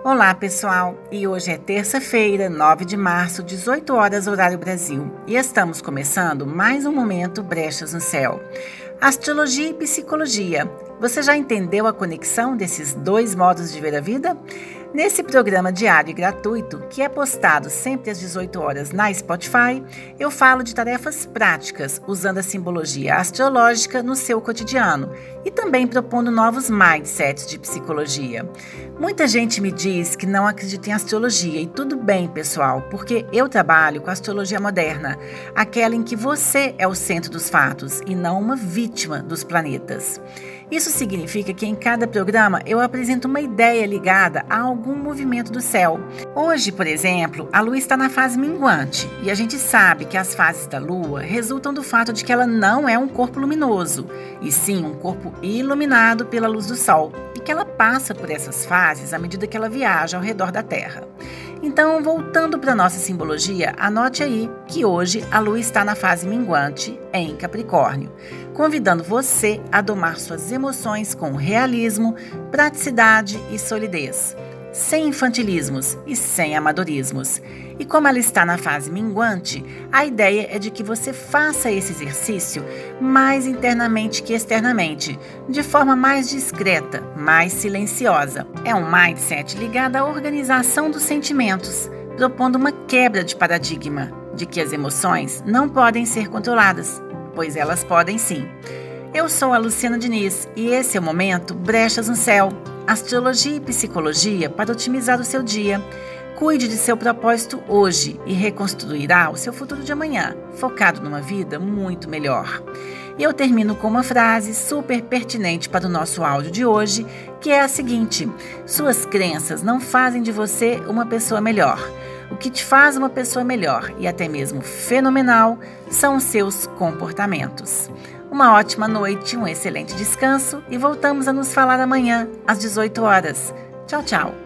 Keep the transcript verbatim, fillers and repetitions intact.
Olá, pessoal! E hoje é terça-feira, nove de março, dezoito horas, horário Brasil. E estamos começando mais um Momento Brechas no Céu. Astrologia e psicologia. Você já entendeu a conexão desses dois modos de ver a vida? Nesse programa diário e gratuito, que é postado sempre às dezoito horas na Spotify, eu falo de tarefas práticas, usando a simbologia astrológica no seu cotidiano e também propondo novos mindsets de psicologia. Muita gente me diz que não acredita em astrologia e tudo bem, pessoal, porque eu trabalho com a astrologia moderna, aquela em que você é o centro dos fatos e não uma vítima dos planetas. Isso significa que em cada programa eu apresento uma ideia ligada a algum movimento do céu. Hoje, por exemplo, a Lua está na fase minguante e a gente sabe que as fases da Lua resultam do fato de que ela não é um corpo luminoso, e sim um corpo iluminado pela luz do Sol, e que ela passa por essas fases à medida que ela viaja ao redor da Terra. Então, voltando para a nossa simbologia, anote aí que hoje a Lua está na fase minguante em Capricórnio, convidando você a domar suas emoções com realismo, praticidade e solidez, sem infantilismos e sem amadorismos. E como ela está na fase minguante, a ideia é de que você faça esse exercício mais internamente que externamente, de forma mais discreta, mais silenciosa. É um mindset ligado à organização dos sentimentos, propondo uma quebra de paradigma de que as emoções não podem ser controladas, pois elas podem sim. Eu sou a Luciana Diniz e esse é o Momento Brechas no Céu, astrologia e psicologia para otimizar o seu dia. Cuide de seu propósito hoje e reconstruirá o seu futuro de amanhã, focado numa vida muito melhor. E eu termino com uma frase super pertinente para o nosso áudio de hoje, que é a seguinte: suas crenças não fazem de você uma pessoa melhor. O que te faz uma pessoa melhor e até mesmo fenomenal são os seus comportamentos. Uma ótima noite, um excelente descanso e voltamos a nos falar amanhã às dezoito horas. Tchau, tchau!